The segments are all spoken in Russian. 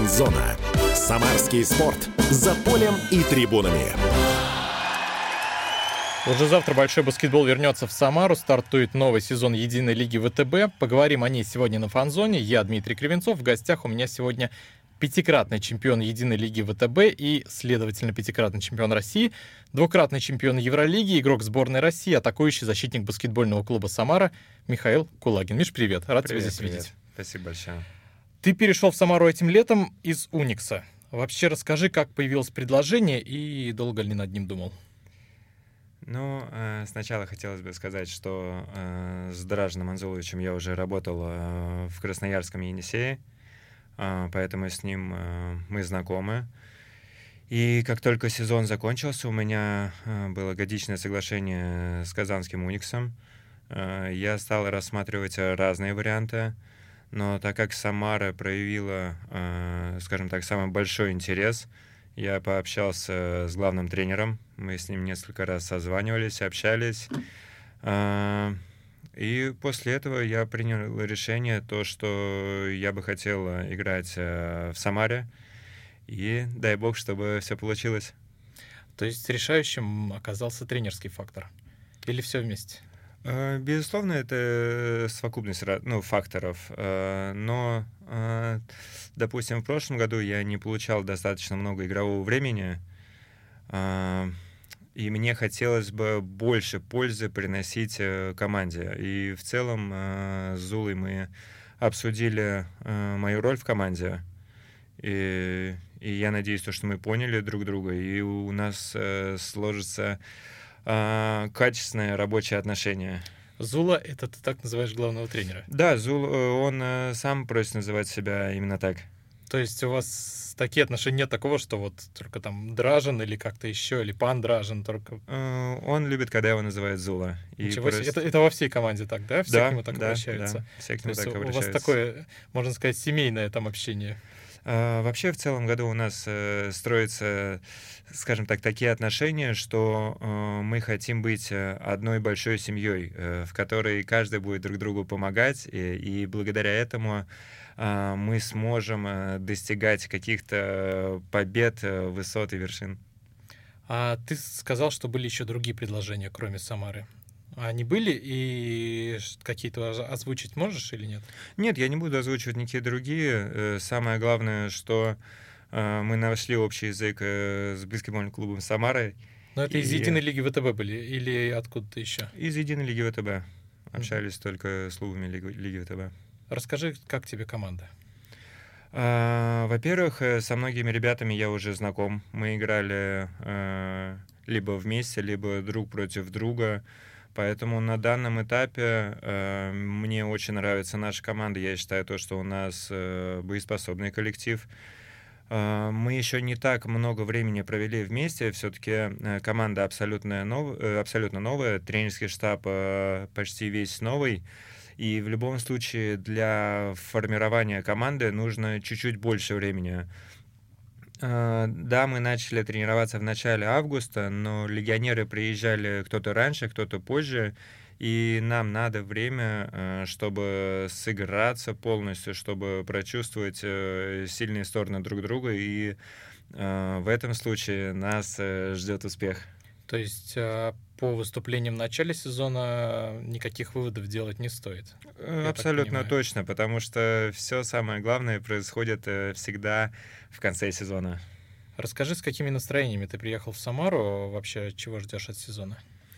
Фан-зона. Самарский спорт. За полем и трибунами. Уже завтра большой баскетбол вернется в Самару. Стартует новый сезон Единой лиги ВТБ. Поговорим о ней сегодня на Фан-зоне. Я Дмитрий Кривенцов. В гостях у меня сегодня пятикратный чемпион Единой лиги ВТБ и, следовательно, пятикратный чемпион России, двукратный чемпион Евролиги, игрок сборной России, атакующий защитник баскетбольного клуба «Самара» Михаил Кулагин. Миш, привет. Рад тебя здесь видеть. Спасибо большое. Ты перешел в Самару этим летом из Уникса. Вообще расскажи, как появилось предложение и долго ли над ним думал? Сначала хотелось бы сказать, что с Дражаном Анзуловичем я уже работал в Красноярском Енисее, поэтому с ним мы знакомы. И как только сезон закончился, у меня было годичное соглашение с казанским Униксом. Я стал рассматривать разные варианты, но так как Самара проявила, скажем так, самый большой интерес, я пообщался с главным тренером, мы с ним несколько раз созванивались, общались. И после этого я принял решение, что я бы хотел играть в Самаре. И дай бог, чтобы все получилось. То есть решающим оказался тренерский фактор? Или все вместе? Безусловно, это совокупность факторов. Но, допустим, в прошлом году я не получал достаточно много игрового времени. И мне хотелось бы больше пользы приносить команде. И в целом с Зулой мы обсудили мою роль в команде. И я надеюсь, что мы поняли друг друга, и у нас сложится качественное рабочее отношение. Зула — это ты так называешь главного тренера? Да, Зул, он сам просит называть себя именно так. То есть у вас такие отношения, нет такого, что вот только там Дражан или как-то еще, или пан Дражан только? Он любит, когда его называют Зула. Ничего себе. Это во всей команде так, да? Все к нему так обращаются? Да, все к нему так обращаются. У вас такое, можно сказать, семейное там общение? Вообще, в целом году у нас строятся, скажем так, такие отношения, что мы хотим быть одной большой семьей, в которой каждый будет друг другу помогать, и благодаря этому мы сможем достигать каких-то побед, высот и вершин. А ты сказал, что были еще другие предложения, кроме Самары. Они были, и какие-то озвучить можешь или нет? Нет, я не буду озвучивать никакие другие. Самое главное, что мы нашли общий язык с баскетбольным клубом «Самары». Но это из Единой лиги ВТБ были или откуда-то еще? Из Единой лиги ВТБ. Общались только с клубами лиги ВТБ. Расскажи, как тебе команда? Во-первых, со многими ребятами я уже знаком. Мы играли либо вместе, либо друг против друга. Поэтому на данном этапе мне очень нравится наша команда. Я считаю, что у нас боеспособный коллектив. Мы еще не так много времени провели вместе. Все-таки команда абсолютно новая. Тренерский штаб почти весь новый. И в любом случае для формирования команды нужно чуть-чуть больше времени. Да, мы начали тренироваться в начале августа, но легионеры приезжали кто-то раньше, кто-то позже, и нам надо время, чтобы сыграться полностью, чтобы прочувствовать сильные стороны друг друга, и в этом случае нас ждет успех. То есть по выступлениям в начале сезона никаких выводов делать не стоит? Абсолютно точно, потому что все самое главное происходит всегда в конце сезона. Расскажи, с какими настроениями ты приехал в Самару? Вообще, чего ждешь от сезона?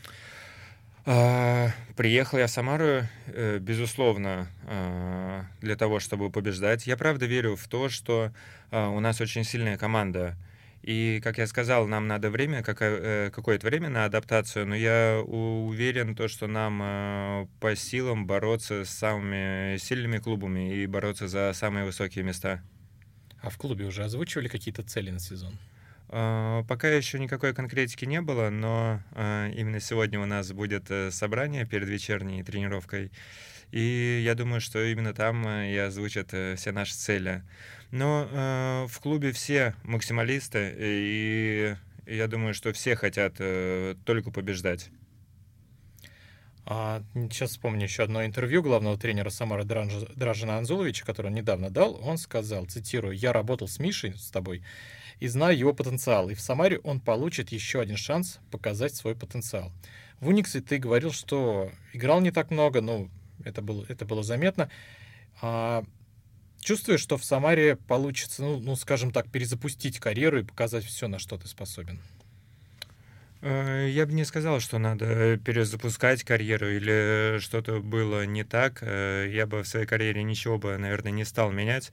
Приехал я в Самару, безусловно, для того, чтобы побеждать. Я правда верю в то, что у нас очень сильная команда. И, как я сказал, нам надо время, какое-то время на адаптацию, но я уверен, что нам по силам бороться с самыми сильными клубами и бороться за самые высокие места. А в клубе уже озвучивали какие-то цели на сезон? Пока еще никакой конкретики не было, но именно сегодня у нас будет собрание перед вечерней тренировкой. И я думаю, что именно там и озвучат все наши цели. Но в клубе все максималисты, и я думаю, что все хотят только побеждать. Сейчас вспомню еще одно интервью главного тренера Самары Дражена Анзуловича, которое он недавно дал. Он сказал, цитирую: «Я работал с Мишей, с тобой, и знаю его потенциал. И в Самаре он получит еще один шанс показать свой потенциал». В Униксе ты говорил, что играл не так много, но это было заметно. Чувствуешь, что в Самаре получится, скажем так, перезапустить карьеру и показать все, на что ты способен? Я бы не сказал, что надо перезапускать карьеру или что-то было не так. Я бы в своей карьере ничего бы, наверное, не стал менять.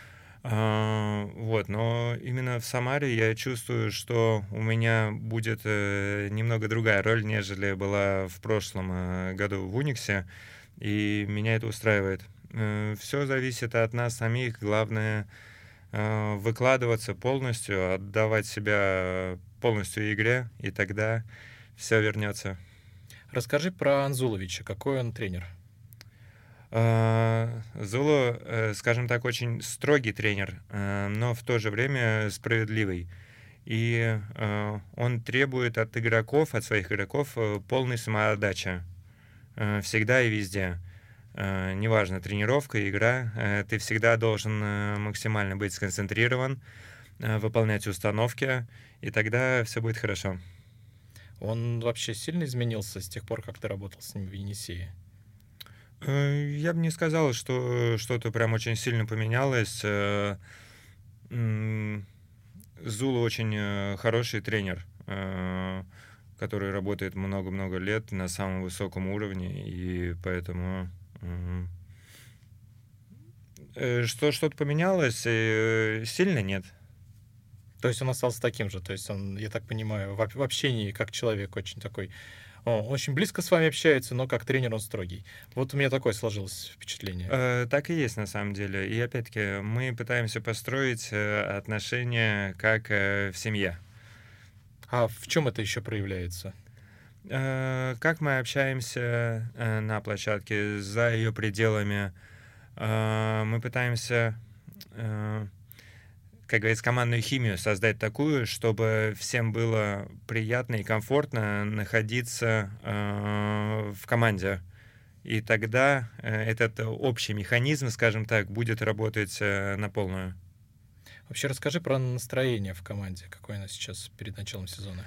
Но именно в Самаре я чувствую, что у меня будет немного другая роль, нежели была в прошлом году в Униксе, и меня это устраивает. Все зависит от нас самих. Главное выкладываться полностью, отдавать себя полностью игре, и тогда все вернется. Расскажи про Анзуловича. Какой он тренер? Зулу, скажем так, очень строгий тренер, но в то же время справедливый. И он требует от своих игроков полной самоотдачи. Всегда и везде. Неважно, тренировка, игра, ты всегда должен максимально быть сконцентрирован, выполнять установки, и тогда все будет хорошо. Он вообще сильно изменился с тех пор, как ты работал с ним в Енисее? Я бы не сказал, что что-то прям очень сильно поменялось. Зулу очень хороший тренер, который работает много-много лет на самом высоком уровне, и поэтому что-то поменялось, сильно нет. То есть он остался таким же, то есть он, я так понимаю, в общении как человек очень такой, очень близко с вами общается, но как тренер он строгий. Вот у меня такое сложилось впечатление. Так и есть на самом деле. И опять-таки мы пытаемся построить отношения как в семье. А в чем это еще проявляется? Как мы общаемся на площадке, за ее пределами. Мы пытаемся, как говорится, командную химию создать такую, чтобы всем было приятно и комфортно находиться в команде. И тогда этот общий механизм, скажем так, будет работать на полную. Вообще расскажи про настроение в команде, какое оно сейчас перед началом сезона.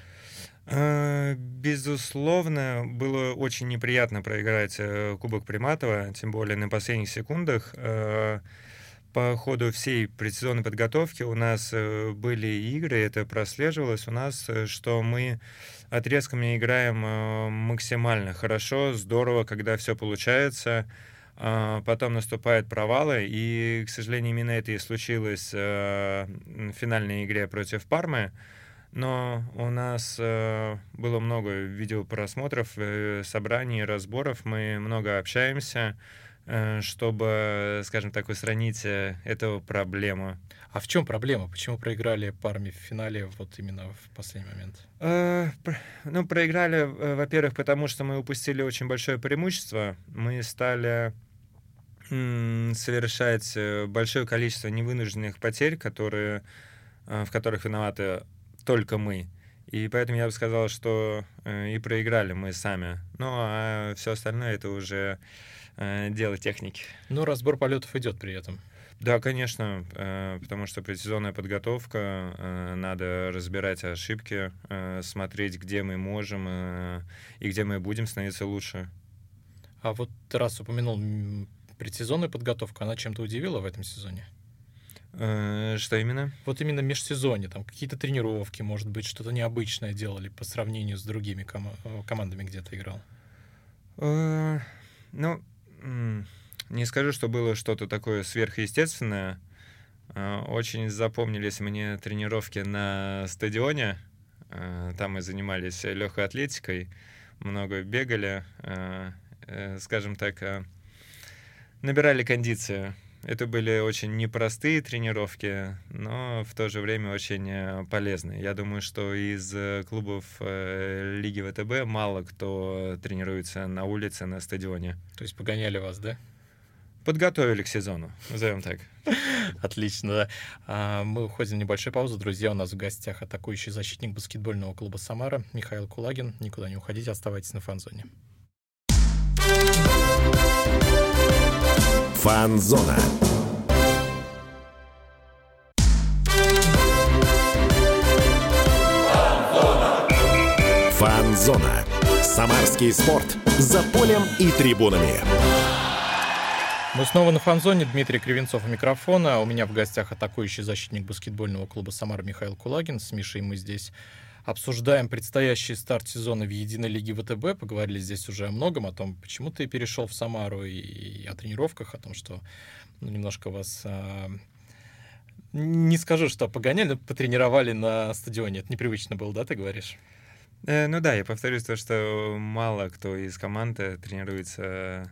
Безусловно, было очень неприятно проиграть Кубок Приматова, тем более на последних секундах. По ходу всей предсезонной подготовки у нас были игры, это прослеживалось у нас, что мы отрезками играем максимально хорошо, здорово, когда все получается. Потом наступают провалы, и, к сожалению, именно это и случилось в финальной игре против Пармы. Но у нас было много видеопросмотров, собраний, разборов, мы много общаемся, чтобы, скажем так, устранить эту проблему. А в чем проблема? Почему проиграли Парме в финале вот именно в последний момент? Проиграли, во-первых, потому что мы упустили очень большое преимущество. Мы стали совершать большое количество невынужденных потерь, в которых виноваты только мы. И поэтому я бы сказал, что и проиграли мы сами. Ну, а все остальное — это уже дело техники. Но разбор полетов идет при этом. Да, конечно, потому что предсезонная подготовка, надо разбирать ошибки, смотреть, где мы можем и где мы будем становиться лучше. А вот ты раз упомянул предсезонную подготовку, она чем-то удивила в этом сезоне? Что именно? Вот именно межсезонье, там какие-то тренировки, может быть, что-то необычное делали по сравнению с другими командами, где ты играл? Не скажу, что было что-то такое сверхъестественное. Очень запомнились мне тренировки на стадионе. Там мы занимались легкой атлетикой, много бегали, скажем так, набирали кондицию. Это были очень непростые тренировки, но в то же время очень полезные. Я думаю, что из клубов Лиги ВТБ мало кто тренируется на улице, на стадионе. То есть погоняли вас, да? Подготовили к сезону, назовем так. Отлично, да. Мы уходим в небольшую паузу. Друзья, у нас в гостях атакующий защитник баскетбольного клуба «Самара» Михаил Кулагин. Никуда не уходите, оставайтесь на Фанзоне. Фан-зона. Фан-зона. Самарский спорт. За полем и трибунами. Мы снова на фан-зоне. Дмитрий Кривенцов у микрофона. У меня в гостях атакующий защитник баскетбольного клуба «Самара» Михаил Кулагин. С Мишей мы здесь обсуждаем предстоящий старт сезона в единой лиге ВТБ. Поговорили здесь уже о многом, о том, почему ты перешел в Самару, и о тренировках, о том, что немножко вас... Не скажу, что погоняли, но потренировали на стадионе. Это непривычно было, да, ты говоришь? Ну да, я повторюсь то, что мало кто из команды тренируется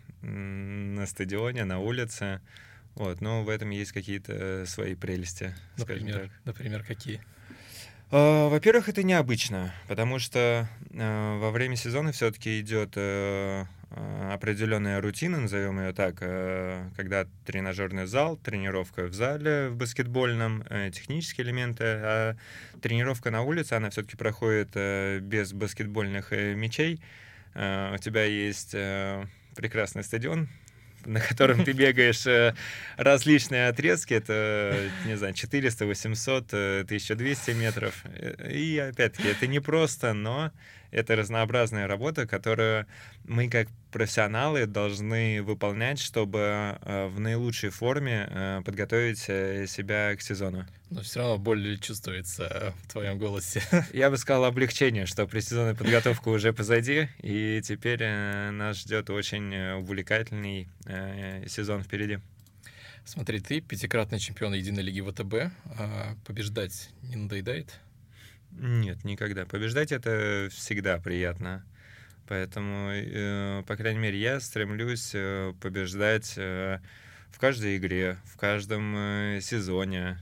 на стадионе, на улице. Вот, но в этом есть какие-то свои прелести. Например, какие? Во-первых, это необычно, потому что во время сезона все-таки идет определенная рутина, назовем ее так, когда тренажерный зал, тренировка в зале в баскетбольном, технические элементы, а тренировка на улице, она все-таки проходит без баскетбольных мячей. У тебя есть прекрасный стадион, на котором ты бегаешь различные отрезки, это, не знаю, 400, 800, 1200 метров. И, опять-таки, это не просто, но это разнообразная работа, которую мы, как профессионалы, должны выполнять, чтобы в наилучшей форме подготовить себя к сезону. Но все равно боль чувствуется в твоем голосе. Я бы сказал облегчение, что предсезонная подготовка уже позади, и теперь нас ждет очень увлекательный сезон впереди. Смотри, ты пятикратный чемпион единой лиги ВТБ. Побеждать не надоедает? Нет, никогда. Побеждать — это всегда приятно. Поэтому, по крайней мере, я стремлюсь побеждать в каждой игре, в каждом сезоне.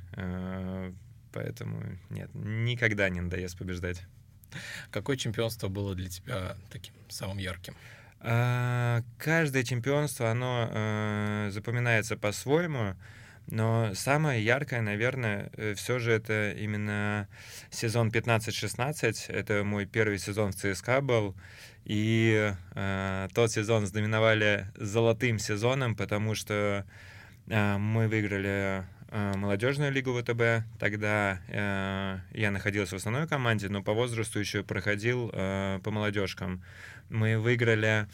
Поэтому нет, никогда не надоест побеждать. Какое чемпионство было для тебя таким самым ярким? Каждое чемпионство, оно запоминается по-своему, но самое яркое, наверное, все же это именно сезон 15-16. Это мой первый сезон в ЦСКА был. И тот сезон знаменовали золотым сезоном, потому что мы выиграли молодежную лигу ВТБ. Тогда я находился в основной команде, но по возрасту еще проходил по молодежкам. Мы выиграли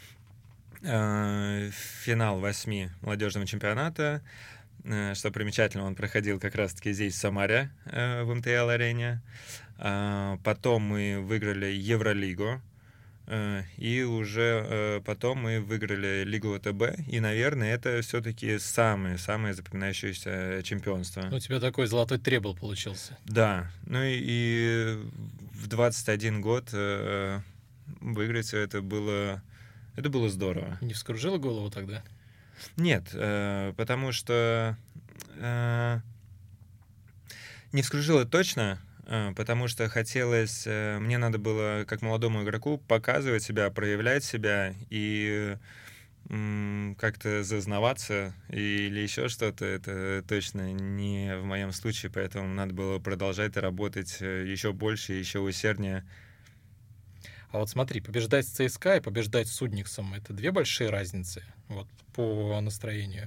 финал 8 молодежного чемпионата. Что примечательно, он проходил как раз-таки здесь, в Самаре, в МТЛ-арене. Потом мы выиграли Евролигу. И уже потом мы выиграли Лигу ВТБ. И, наверное, это все-таки самое запоминающееся чемпионство. У тебя такой золотой требл получился. Да. Ну и в 21 год выиграть все это было здорово. Не вскружило голову тогда? Нет, потому что не вскружило точно, потому что хотелось, мне надо было как молодому игроку показывать себя, проявлять себя и как-то зазнаваться или еще что-то. Это точно не в моем случае, поэтому надо было продолжать работать еще больше, еще усерднее. А вот смотри, побеждать с ЦСКА и побеждать с Судниксом — это две большие разницы вот, по настроению.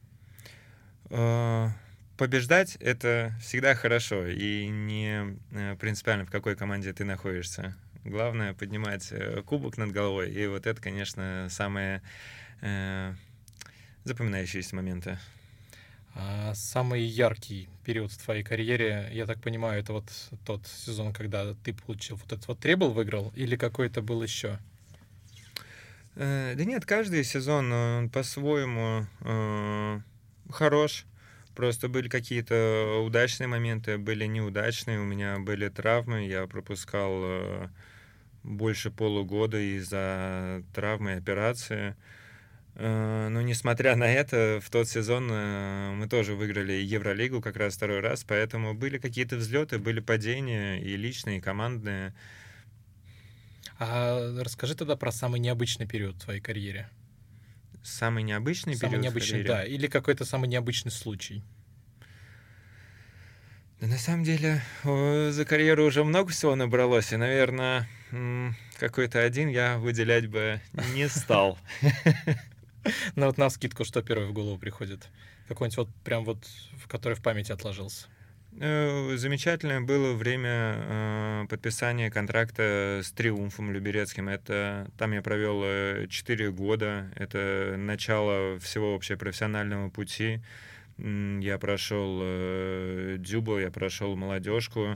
Побеждать — это всегда хорошо, и не принципиально, в какой команде ты находишься. Главное — поднимать кубок над головой, и вот это, конечно, самые запоминающиеся моменты. А самый яркий период в твоей карьере, я так понимаю, это вот тот сезон, когда ты получил вот этот вот требл, выиграл, или какой-то был еще? Да нет, каждый сезон он по-своему хорош. Просто были какие-то удачные моменты, были неудачные. У меня были травмы, я пропускал больше полугода из-за травмы и операции. Но несмотря на это, в тот сезон мы тоже выиграли Евролигу как раз второй раз, поэтому были какие-то взлеты, были падения и личные, и командные. А расскажи тогда про самый необычный период в твоей карьере. Самый необычный период в карьере? Да, или какой-то самый необычный случай. Да, на самом деле, за карьеру уже много всего набралось, и, наверное, какой-то один я выделять бы не стал. Ну вот навскидку, что первое в голову приходит? Какой-нибудь вот прям вот, который в памяти отложился? Замечательное было время подписания контракта с «Триумфом» Люберецким. Там я провел 4 года. Это начало всего общепрофессионального пути. Я прошел дзюбо, я прошел молодежку.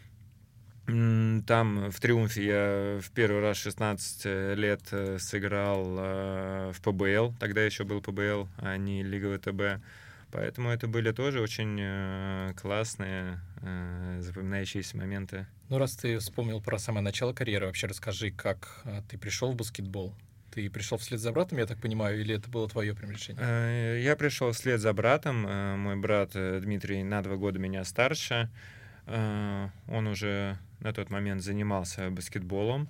Там в «Триумфе» я в первый раз в 16 лет сыграл в ПБЛ. Тогда еще был ПБЛ, а не Лига ВТБ. Поэтому это были тоже очень классные, запоминающиеся моменты. Ну, раз ты вспомнил про самое начало карьеры, вообще расскажи, как ты пришел в баскетбол? Ты пришел вслед за братом, я так понимаю, или это было твое прям решение? Я пришел вслед за братом. Мой брат Дмитрий на 2 года меня старше. Он уже на тот момент занимался баскетболом.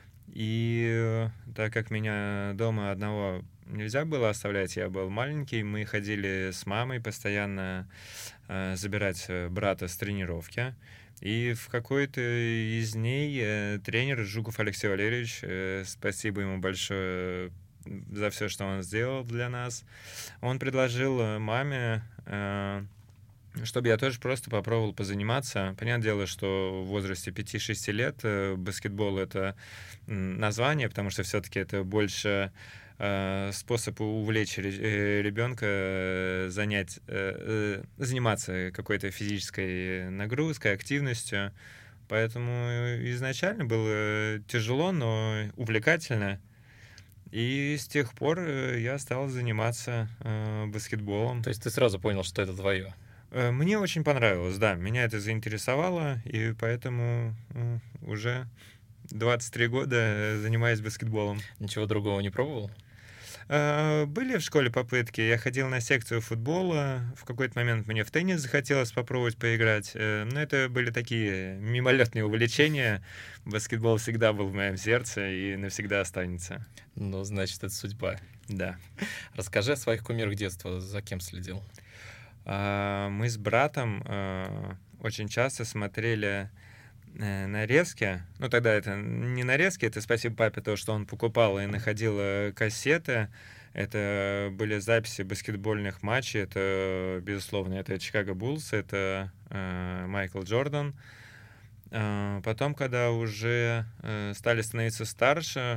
И так как меня дома одного нельзя было оставлять, я был маленький, мы ходили с мамой постоянно забирать брата с тренировки. И в какой-то из дней тренер Жуков Алексей Валерьевич, спасибо ему большое за все, что он сделал для нас, он предложил маме, чтобы я тоже просто попробовал позаниматься. Понятное дело, что в возрасте 5-6 лет баскетбол — это название, потому что все-таки это больше способ увлечь ребенка, заниматься какой-то физической нагрузкой, активностью. Поэтому изначально было тяжело, но увлекательно. И с тех пор я стал заниматься баскетболом. То есть ты сразу понял, что это твое? Мне очень понравилось, да. Меня это заинтересовало, и поэтому уже 23 года занимаюсь баскетболом. Ничего другого не пробовал? Были в школе попытки. Я ходил на секцию футбола. В какой-то момент мне в теннис захотелось попробовать поиграть. Но это были такие мимолетные увлечения. Баскетбол всегда был в моем сердце и навсегда останется. Ну, значит, это судьба. Да. Расскажи о своих кумирах детства. За кем следил? Мы с братом очень часто смотрели нарезки. Ну, тогда это не нарезки, это спасибо папе, то, что он покупал и находил кассеты. Это были записи баскетбольных матчей. Это, безусловно, это Чикаго Буллс, это Майкл Джордан. Потом, когда уже стали становиться старше,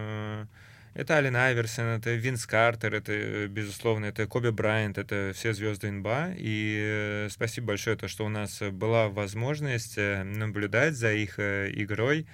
это Аллен Айверсон, это Винс Картер, это, безусловно, это Коби Брайант, это все звезды НБА. И спасибо большое, то, что у нас была возможность наблюдать за их игрой.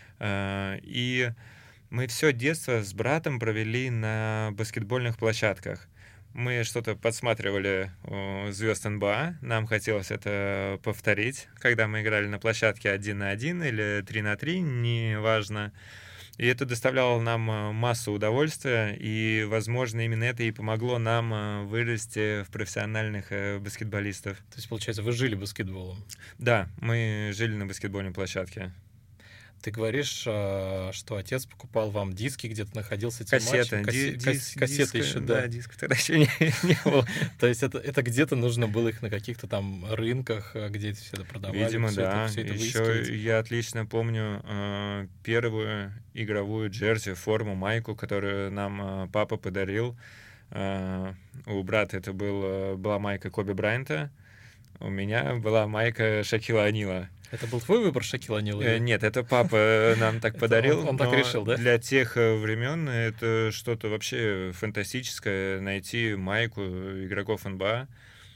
И мы все детство с братом провели на баскетбольных площадках. Мы что-то подсматривали звезд НБА, нам хотелось это повторить, когда мы играли на площадке 1 на 1 или 3 на 3, неважно. И это доставляло нам массу удовольствия, и, возможно, именно это и помогло нам вырасти в профессиональных баскетболистов. То есть, получается, вы жили баскетболом? Да, мы жили на баскетбольной площадке. Ты говоришь, что отец покупал вам диски, где-то находился кассеты. Кассеты еще, да. Да, дисков тогда еще не было. То есть это где-то нужно было их на каких-то там рынках, где это все это продавали? Видимо, да. Еще я отлично помню первую игровую джерси, форму, майку, которую нам папа подарил. У брата это была майка Коби Брайанта, у меня была майка Шакила О'Нила. Это был твой выбор, Шакил О'Нил? Нет, это папа нам так подарил. Он так решил, да? Для тех времен это что-то вообще фантастическое, найти майку игроков НБА.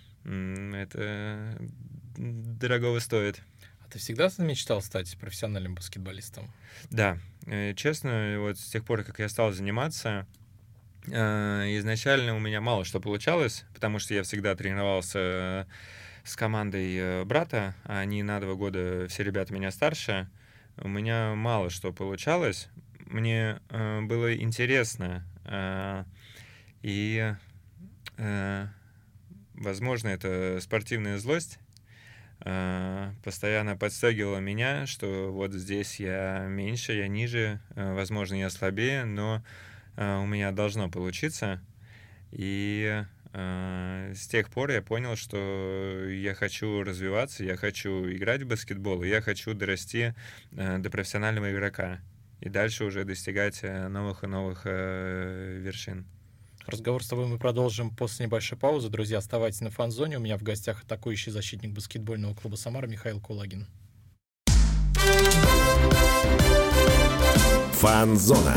Это дорогого стоит. А ты всегда мечтал стать профессиональным баскетболистом? Да. Честно, вот с тех пор, как я стал заниматься, изначально у меня мало что получалось, потому что я всегда тренировался с командой брата, а они на 2 года, все ребята меня старше. У меня мало что получалось. Мне было интересно. И, возможно, это спортивная злость постоянно подстегивала меня, что вот здесь я меньше, я ниже, возможно, я слабее, но у меня должно получиться. И с тех пор я понял, что я хочу развиваться, я хочу играть в баскетбол, и я хочу дорасти до профессионального игрока и дальше уже достигать новых и новых вершин. Разговор с тобой мы продолжим после небольшой паузы. Друзья, оставайтесь на фан-зоне. У меня в гостях атакующий защитник баскетбольного клуба «Самара» Михаил Кулагин. Фан-зона.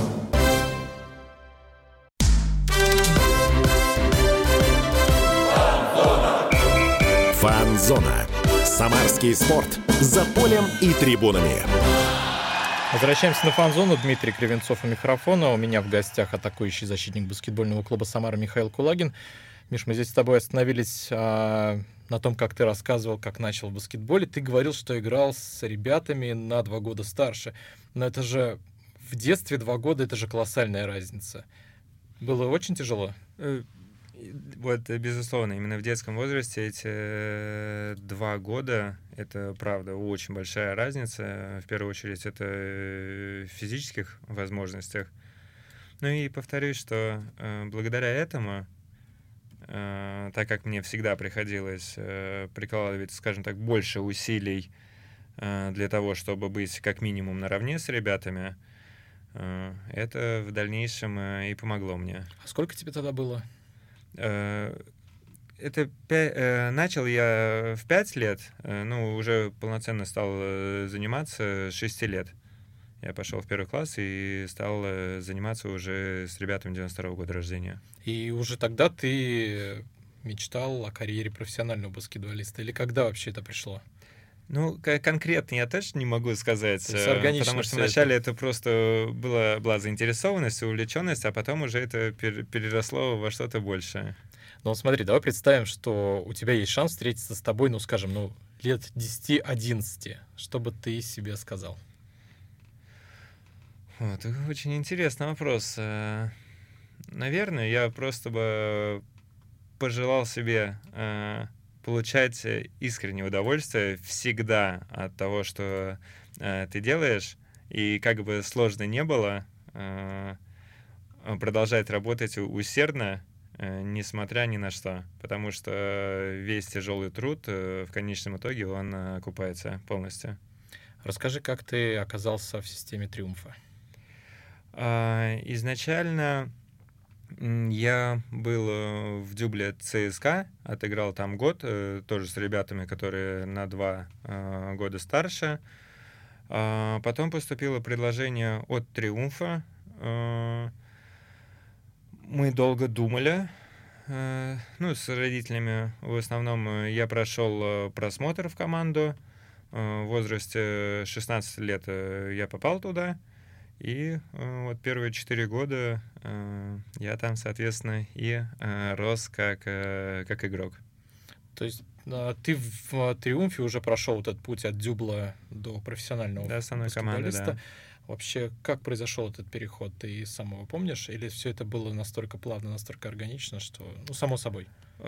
Фан-зона. Самарский спорт. За полем и трибунами. Возвращаемся на фан-зону. Дмитрий Кривенцов у микрофона. У меня в гостях атакующий защитник баскетбольного клуба «Самара» Михаил Кулагин. Миш, мы здесь с тобой остановились на том, как ты рассказывал, как начал в баскетболе. Ты говорил, что играл с ребятами на 2 года старше. Но это же в детстве 2 года, это же колоссальная разница. Было очень тяжело? Вот, безусловно, именно в детском возрасте эти 2 года, это, правда, очень большая разница. В первую очередь, это в физических возможностях. Ну и повторюсь, что благодаря этому, так как мне всегда приходилось прикладывать, скажем так, больше усилий для того, чтобы быть как минимум наравне с ребятами, это в дальнейшем и помогло мне. А сколько тебе тогда было? Начал я в 5 лет, уже полноценно стал заниматься с 6 лет. Я пошел в 1 класс и стал заниматься уже с ребятами 92-го года рождения. И уже тогда ты мечтал о карьере профессионального баскетболиста? Или когда вообще это пришло? Конкретно я тоже не могу сказать, потому что вначале это просто была заинтересованность, увлеченность, а потом уже это переросло во что-то большее. Ну, смотри, давай представим, что у тебя есть шанс встретиться с тобой, лет 10-11. Что бы ты себе сказал? Вот, очень интересный вопрос. Наверное, я просто бы пожелал себе получать искреннее удовольствие всегда от того, что ты делаешь, и как бы сложно не было, продолжать работать усердно, несмотря ни на что, потому что весь тяжелый труд в конечном итоге он окупается полностью. Расскажи, как ты оказался в системе «Триумфа». Изначально я был в дюбле ЦСКА, отыграл там год, тоже с ребятами, которые на 2 года старше. Потом поступило предложение от «Триумфа». Мы долго думали, с родителями в основном. Я прошел просмотр в команду. В возрасте 16 лет я попал туда. И вот первые 4 года я там, соответственно, и рос как игрок. То есть ты в «Триумфе» уже прошел этот путь от дюбла до профессионального баскетболиста. Команды, да. Вообще, как произошел этот переход? Ты сам его помнишь? Или все это было настолько плавно, настолько органично, что, само собой?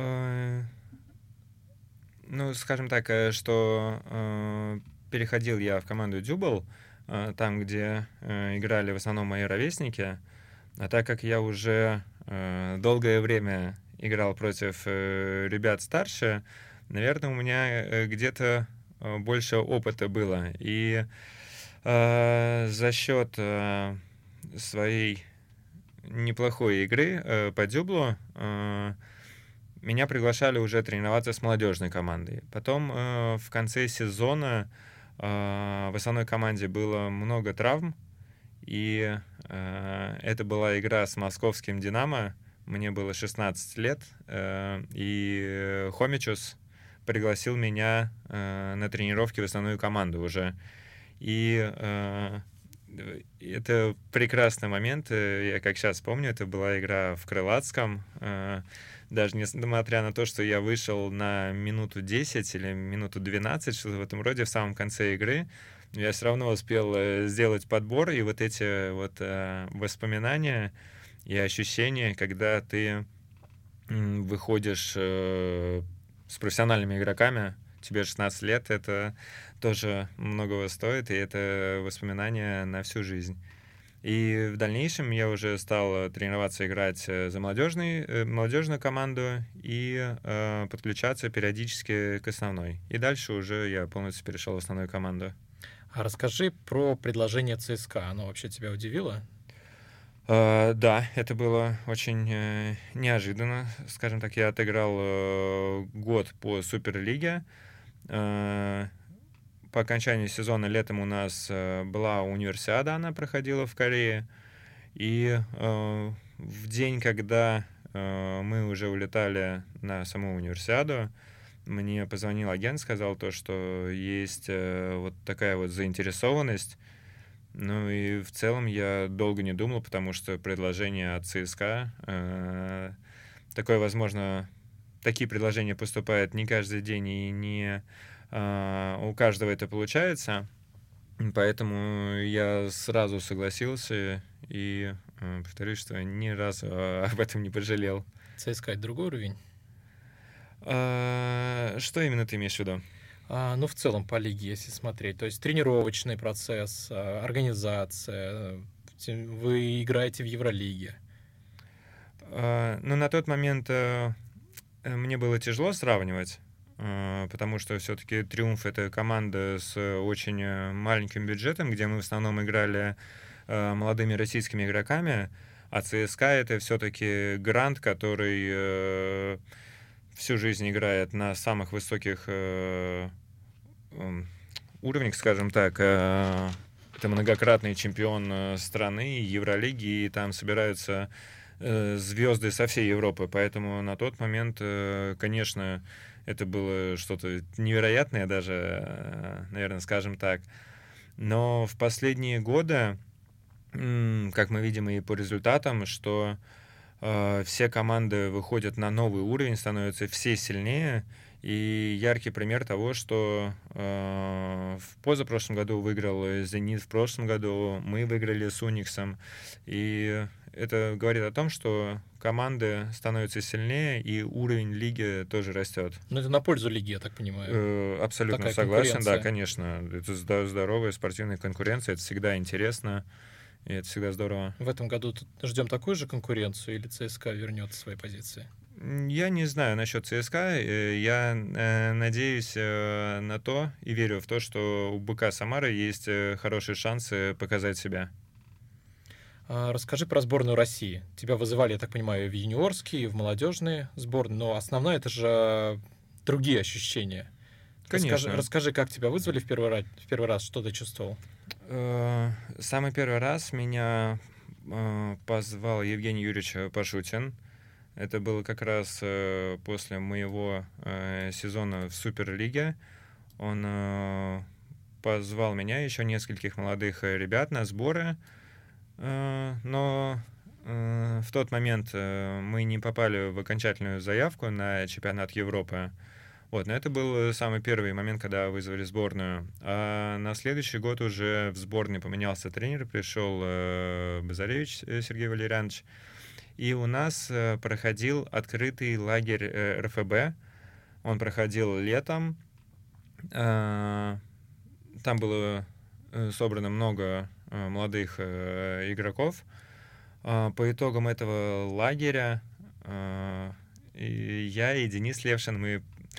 Скажем так, что переходил я в команду «Дюбл», там, где играли в основном мои ровесники. А так как я уже долгое время играл против ребят старше, наверное, у меня где-то больше опыта было. И за счет своей неплохой игры по дюблу меня приглашали уже тренироваться с молодежной командой. Потом в конце сезона в основной команде было много травм, и это была игра с московским «Динамо». Мне было 16 лет, и Хомичус пригласил меня на тренировки в основную команду уже. И это прекрасный момент, я как сейчас помню, это была игра в Крылатском. Даже несмотря на то, что я вышел на минуту 10 или минуту 12, что-то в этом роде, в самом конце игры, я все равно успел сделать подбор, и вот эти воспоминания и ощущения, когда ты выходишь с профессиональными игроками, тебе 16 лет, это тоже многого стоит, и это воспоминания на всю жизнь. И в дальнейшем я уже стал тренироваться, играть за молодежную команду и подключаться периодически к основной. И дальше уже я полностью перешел в основную команду. А расскажи про предложение ЦСКА. Оно вообще тебя удивило? Да, это было очень неожиданно. Скажем так, я отыграл год по Суперлиге. По окончании сезона летом у нас была универсиада, она проходила в Корее. И в день, когда мы уже улетали на саму универсиаду, мне позвонил агент, сказал то, что есть вот такая вот заинтересованность. Ну и в целом я долго не думал, потому что предложение от ЦСКА, такое, возможно, такие предложения поступают не каждый день и не у каждого это получается. Поэтому я сразу согласился и повторюсь, что ни разу об этом не пожалел. ЦСКА — это другой уровень? Что именно ты имеешь в виду? Ну, в целом, по лиге, если смотреть. То есть тренировочный процесс, организация. Вы играете в Евролиге. Ну, на тот момент мне было тяжело сравнивать, потому что все-таки «Триумф» — это команда с очень маленьким бюджетом, где мы в основном играли молодыми российскими игроками, а ЦСКА — это все-таки грант, который всю жизнь играет на самых высоких уровнях, скажем так. Это многократный чемпион страны, Евролиги, и там собираются звезды со всей Европы. Поэтому на тот момент, конечно, это было что-то невероятное даже, наверное, скажем так. Но в последние годы, как мы видим и по результатам, что все команды выходят на новый уровень, становятся все сильнее. И яркий пример того, что в позапрошлом году выиграл «Зенит», в прошлом году мы выиграли с «Униксом». И это говорит о том, что команды становятся сильнее, и уровень лиги тоже растет. Ну, это на пользу лиги, я так понимаю. Абсолютно Такая согласен, да, конечно. Это здоровая спортивная конкуренция, это всегда интересно. И это всегда здорово. В этом году ждем такую же конкуренцию, или ЦСКА вернет свои позиции? Я не знаю насчет ЦСКА. Я надеюсь на то и верю в то, что у БК Самары есть хорошие шансы показать себя. Расскажи про сборную России. Тебя вызывали, я так понимаю, в юниорские, в молодежные сборные, но основное — это же другие ощущения. Конечно. Расскажи, как тебя вызвали в первый раз, что ты чувствовал? Самый первый раз меня позвал Евгений Юрьевич Пашутин. Это было как раз после моего сезона в Суперлиге. Он позвал меня, еще нескольких молодых ребят на сборы. Но в тот момент мы не попали в окончательную заявку на чемпионат Европы. Вот, но это был самый первый момент, когда вызвали сборную. А на следующий год уже в сборной поменялся тренер, пришел Базаревич Сергей Валерьянович. И у нас проходил открытый лагерь РФБ. Он проходил летом. Там было собрано много молодых игроков. По итогам этого лагеря и я, и Денис Левшин, мы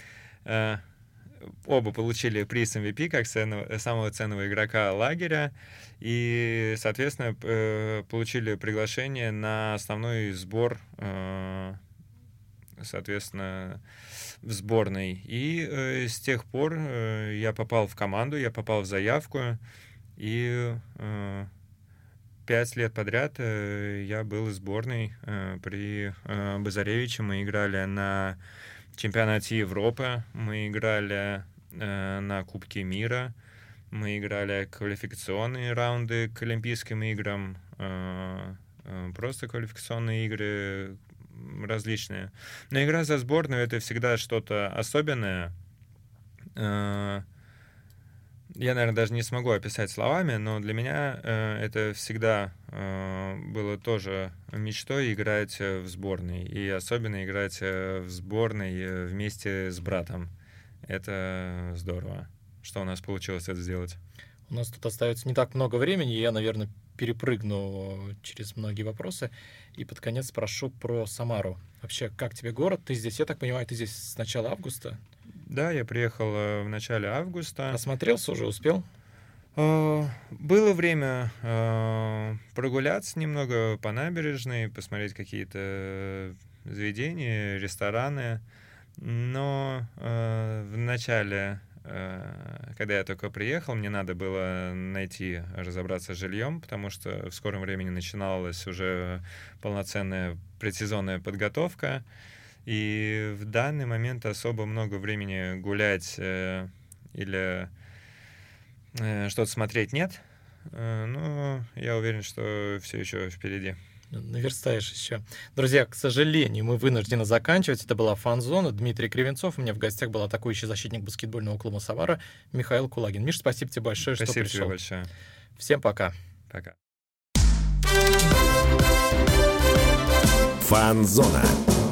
оба получили приз MVP как самого ценного игрока лагеря. И, соответственно, получили приглашение на основной сбор, соответственно, в сборной. И с тех пор я попал в команду, я попал в заявку. И 5 лет подряд я был в сборной при Базаревиче. Мы играли на чемпионате Европы, мы играли на Кубке мира, мы играли квалификационные раунды к Олимпийским играм, просто квалификационные игры различные. Но игра за сборную — это всегда что-то особенное. Я, наверное, даже не смогу описать словами, но для меня это всегда было тоже мечтой играть в сборной. И особенно играть в сборной вместе с братом. Это здорово, что у нас получилось это сделать. У нас тут остается не так много времени, я, наверное, перепрыгну через многие вопросы и под конец спрошу про Самару. Вообще, как тебе город? Ты здесь, я так понимаю, ты здесь с начала августа? Да, я приехал в начале августа. Осмотрелся уже, успел? Было время прогуляться немного по набережной, посмотреть какие-то заведения, рестораны. Но в начале, когда я только приехал, мне надо было разобраться с жильем, потому что в скором времени начиналась уже полноценная предсезонная подготовка. И в данный момент особо много времени гулять или что-то смотреть нет. Но я уверен, что все еще впереди. Наверстаешь еще. Друзья, к сожалению, мы вынуждены заканчивать. Это была «Фан-зона». Дмитрий Кривенцов. У меня в гостях был атакующий защитник баскетбольного клуба «Самара» Михаил Кулагин. Миш, спасибо тебе большое, что пришел. Спасибо тебе большое. Всем пока. Пока. «Фан-зона».